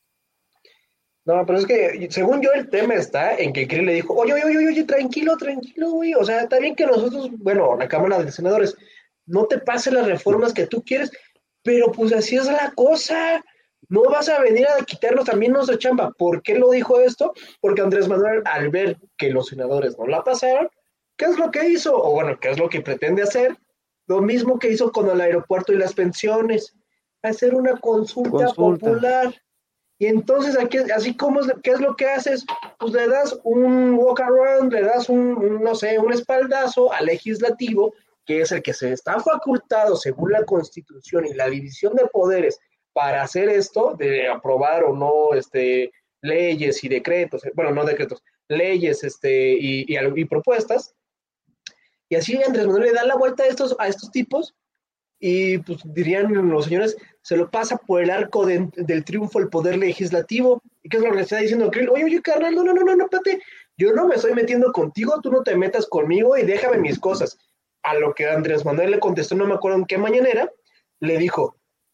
No, pero es que, según yo, el tema está en que Krill le dijo, oye, tranquilo, güey. O sea, está bien que nosotros, bueno, la Cámara de Senadores, no te pase las reformas que tú quieres, pero pues así es la cosa. No vas a venir a quitarnos también nuestra chamba. ¿Por qué lo dijo esto? Porque Andrés Manuel, al ver que los senadores no la pasaron, ¿qué es lo que hizo? O bueno, ¿qué es lo que pretende hacer? Lo mismo que hizo con el aeropuerto y las pensiones, hacer una consulta popular. Y entonces, aquí, así como, ¿qué es lo que haces? Pues le das un walk around, le das no sé, un espaldazo al legislativo, que es el que se está facultado según la Constitución y la división de poderes para hacer esto, de aprobar o no leyes y decretos, bueno, no decretos, leyes y propuestas. Y así Andrés Manuel le da la vuelta a estos tipos y pues dirían los señores, se lo pasa por el arco del triunfo el poder legislativo. ¿Y qué es lo que le está diciendo Krill? Oye, carnal, no, espérate, yo no me estoy metiendo contigo, tú no te metas conmigo y déjame mis cosas. A lo que Andrés Manuel le contestó, no me acuerdo en qué mañanera, le dijo,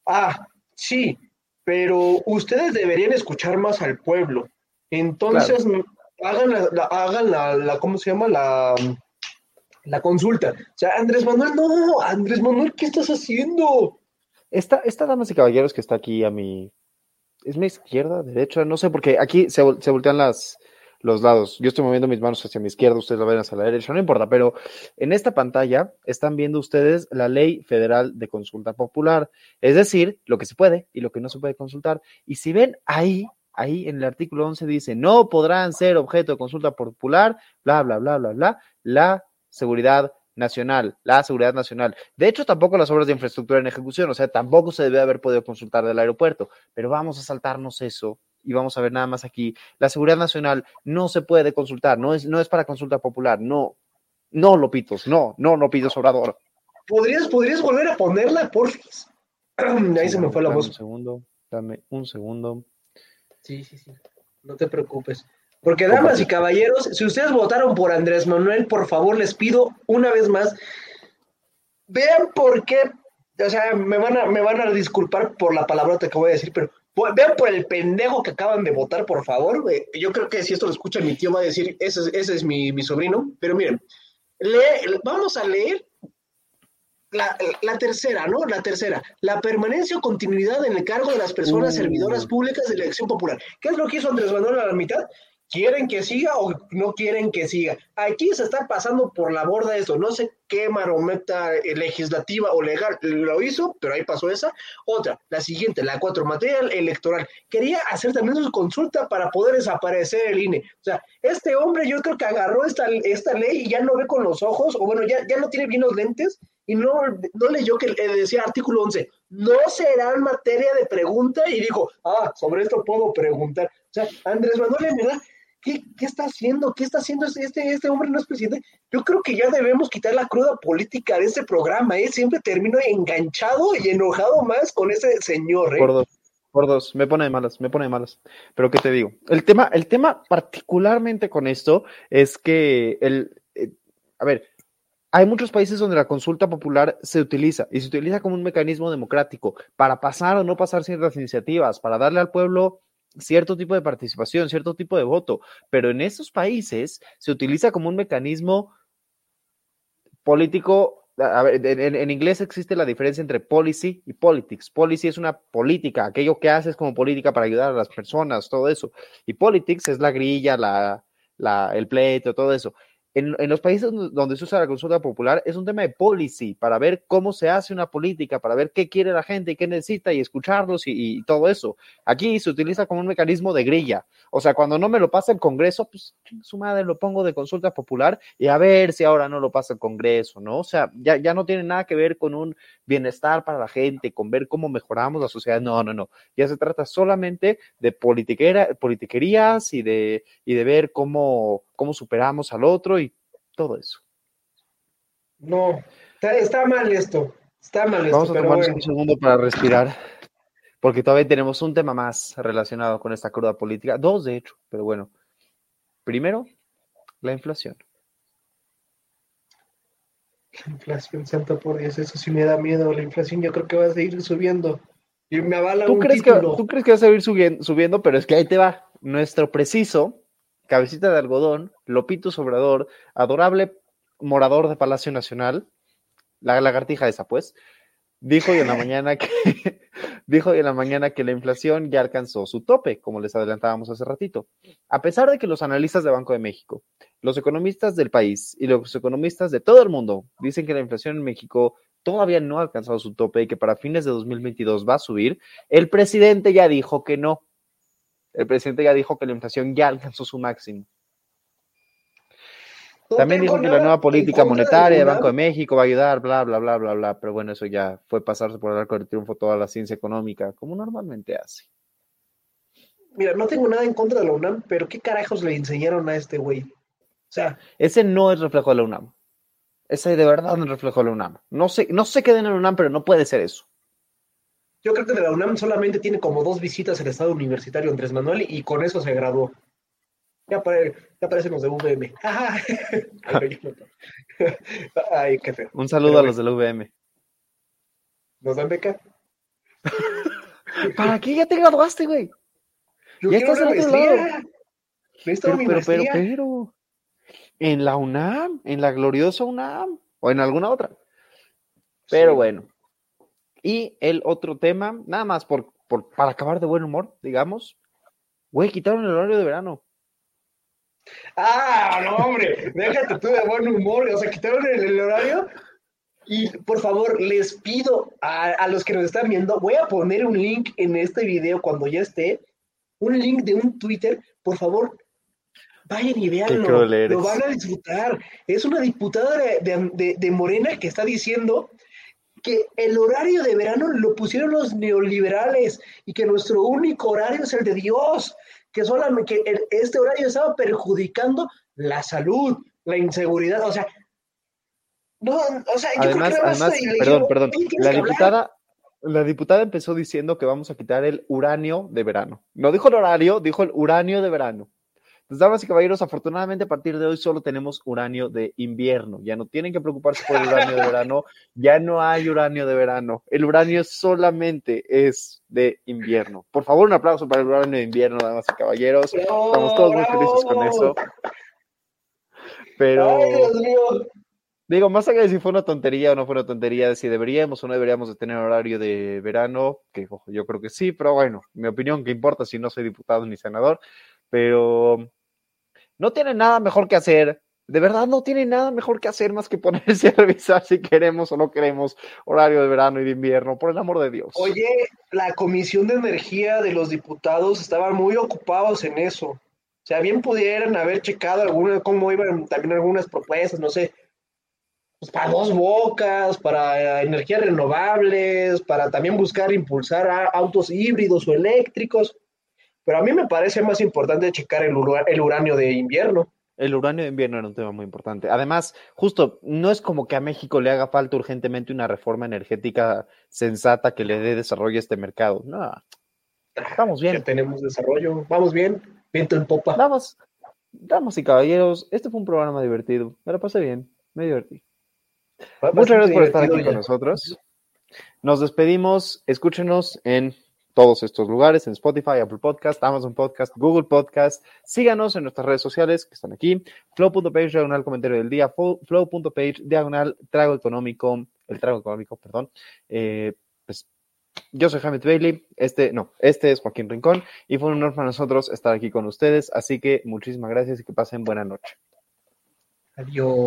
sí, pero ustedes deberían escuchar más al pueblo. Entonces, claro, hagan la ¿cómo se llama? La consulta. O sea, Andrés Manuel, ¿qué estás haciendo? Esta damas y caballeros que está aquí ¿es mi izquierda, derecha? No sé, porque aquí se voltean los lados. Yo estoy moviendo mis manos hacia mi izquierda, ustedes la ven hacia la derecha, no importa, pero en esta pantalla están viendo ustedes la Ley Federal de Consulta Popular, es decir, lo que se puede y lo que no se puede consultar. Y si ven ahí en el artículo 11 dice, no podrán ser objeto de consulta popular, bla, bla, bla, bla, bla, la seguridad nacional. De hecho, tampoco las obras de infraestructura en ejecución, o sea, tampoco se debe haber podido consultar del aeropuerto, pero vamos a saltarnos eso y vamos a ver nada más aquí. La seguridad nacional no se puede consultar, no es para consulta popular, no, Lopitos, no, Lopitos Obrador. ¿Podrías volver a ponerla, porfis? Ahí Sí, se me fue la voz. Dame un segundo. Sí, no te preocupes. Porque, damas y caballeros, si ustedes votaron por Andrés Manuel, por favor, les pido una vez más, vean por qué, o sea, me van a disculpar por la palabra que voy a decir, pero Vean por el pendejo que acaban de votar, por favor. Yo creo que si esto lo escucha mi tío va a decir, ese es mi sobrino. Pero miren, vamos a leer la tercera, ¿no? La tercera, la permanencia o continuidad en el cargo de las personas servidoras públicas de la elección popular. ¿Qué es lo que hizo Andrés Manuel a la mitad? ¿Quieren que siga o no quieren que siga? Aquí se está pasando por la borda esto. No sé qué marometa legislativa o legal lo hizo, pero ahí pasó esa. Otra, la siguiente, la 4, materia electoral. Quería hacer también su consulta para poder desaparecer el INE. O sea, este hombre yo creo que agarró esta ley y ya no ve con los ojos, o bueno, ya no tiene bien los lentes y no leyó que decía artículo 11, no será materia de pregunta, y dijo, sobre esto puedo preguntar. O sea, Andrés Manuel, en verdad, ¿qué está haciendo? ¿Qué está haciendo este hombre? No es presidente. Yo creo que ya debemos quitar la cruda política de este programa, ¿eh? Siempre termino enganchado y enojado más con ese señor, ¿eh? Por dos, me pone de malas. Pero ¿qué te digo? El tema particularmente con esto es que a ver, hay muchos países donde la consulta popular se utiliza y se utiliza como un mecanismo democrático para pasar o no pasar ciertas iniciativas, para darle al pueblo cierto tipo de participación, cierto tipo de voto, pero en esos países se utiliza como un mecanismo político. A ver, en inglés existe la diferencia entre policy y politics. Policy es una política, aquello que haces como política para ayudar a las personas, todo eso. Y politics es la grilla, el pleito, todo eso. En los países donde se usa la consulta popular es un tema de policy, para ver cómo se hace una política, para ver qué quiere la gente y qué necesita y escucharlos y todo eso. Aquí se utiliza como un mecanismo de grilla. O sea, cuando no me lo pasa el Congreso, pues su madre lo pongo de consulta popular y a ver si ahora no lo pasa el Congreso, ¿no? O sea, ya no tiene nada que ver con un bienestar para la gente, con ver cómo mejoramos la sociedad. No. Ya se trata solamente de politiquerías y de ver cómo superamos al otro y todo eso. No, está mal esto. Está mal esto. Vamos a tomarnos un segundo para respirar, porque todavía tenemos un tema más relacionado con esta cruda política. Dos, de hecho, pero bueno. Primero, la inflación. La inflación, santo por Dios, eso sí me da miedo. La inflación yo creo que va a seguir subiendo. Y me avala un título. ¿Tú crees que va a seguir subiendo? Pero es que ahí te va. Nuestro preciso, cabecita de algodón, Lopito Obrador, adorable morador de Palacio Nacional, la lagartija esa, pues, dijo hoy en la mañana que la inflación ya alcanzó su tope, como les adelantábamos hace ratito. A pesar de que los analistas de Banco de México, los economistas del país y los economistas de todo el mundo dicen que la inflación en México todavía no ha alcanzado su tope y que para fines de 2022 va a subir, el presidente ya dijo que no. El presidente ya dijo que la inflación ya alcanzó su máximo. También dijo que la nueva política monetaria de Banco de México va a ayudar, bla, bla, bla, bla, bla, pero bueno, eso ya fue pasarse por el arco del triunfo toda la ciencia económica, como normalmente hace. Mira, no tengo nada en contra de la UNAM, pero ¿qué carajos le enseñaron a este güey? O sea, ese no es reflejo de la UNAM. Ese de verdad no es reflejo de la UNAM. No sé qué den en la UNAM, pero no puede ser eso. Yo creo que de la UNAM solamente tiene como 2 visitas al estado universitario Andrés Manuel y con eso se graduó. Ya aparecen los de VM. Ay, qué feo. Un saludo a los de la VM. ¿Nos dan beca? ¿Para qué? Ya te graduaste, güey. Ya estás en otro lado. Pero, en la UNAM, en la gloriosa UNAM, o en alguna otra. Pero sí. Bueno. Y el otro tema, nada más para acabar de buen humor, digamos, güey, quitaron el horario de verano. No, hombre, déjate tú de buen humor, o sea, quitaron el horario. Y por favor, les pido a los que nos están viendo, voy a poner un link en este video cuando ya esté, un link de un Twitter, por favor, vayan y véanlo, lo van a disfrutar. Es una diputada de Morena que está diciendo que el horario de verano lo pusieron los neoliberales y que nuestro único horario es el de Dios, que solamente este horario estaba perjudicando la salud, la inseguridad, o sea, no, o sea, además, perdón, la diputada empezó diciendo que vamos a quitar el uranio de verano. No dijo el horario, dijo el uranio de verano. Pues, damas y caballeros, afortunadamente a partir de hoy solo tenemos uranio de invierno. Ya no tienen que preocuparse por el uranio de verano. Ya no hay uranio de verano. El uranio solamente es de invierno. Por favor, un aplauso para el uranio de invierno, damas y caballeros. ¡Bravo, Estamos todos muy bravo! felices con eso. Pero, ¡Ay, Dios mío! digo, más allá de si fue una tontería o no fue una tontería, de si deberíamos o no deberíamos de tener horario de verano, que ojo, yo creo que sí, pero bueno, mi opinión, ¿qué importa si no soy diputado ni senador? Pero no tiene nada mejor que hacer. De verdad, no tiene nada mejor que hacer más que ponerse a revisar si queremos o no queremos horario de verano y de invierno, por el amor de Dios. Oye, la Comisión de Energía de los diputados estaban muy ocupados en eso. O sea, bien pudieran haber checado cómo iban también algunas propuestas, no sé, pues para Dos Bocas, para energías renovables, para también buscar impulsar autos híbridos o eléctricos. Pero a mí me parece más importante checar el uranio de invierno. El uranio de invierno era un tema muy importante. Además, justo, no es como que a México le haga falta urgentemente una reforma energética sensata que le dé desarrollo a este mercado. No, estamos Ya bien. tenemos desarrollo, vamos bien, viento en popa. Damas y caballeros, este fue un programa divertido. Me la pasé bien, me divertí. Fue Muchas bastante gracias por estar divertido aquí con ya. nosotros. Nos despedimos. Escúchenos en todos estos lugares, en Spotify, Apple Podcast, Amazon Podcast, Google Podcast. Síganos en nuestras redes sociales que están aquí. Flow.page, diagonal comentario del día. Flow.page, diagonal trago económico. El trago económico, perdón. Pues yo soy Jaime Bailey. Este es Joaquín Rincón. Y fue un honor para nosotros estar aquí con ustedes. Así que muchísimas gracias y que pasen buena noche. Adiós.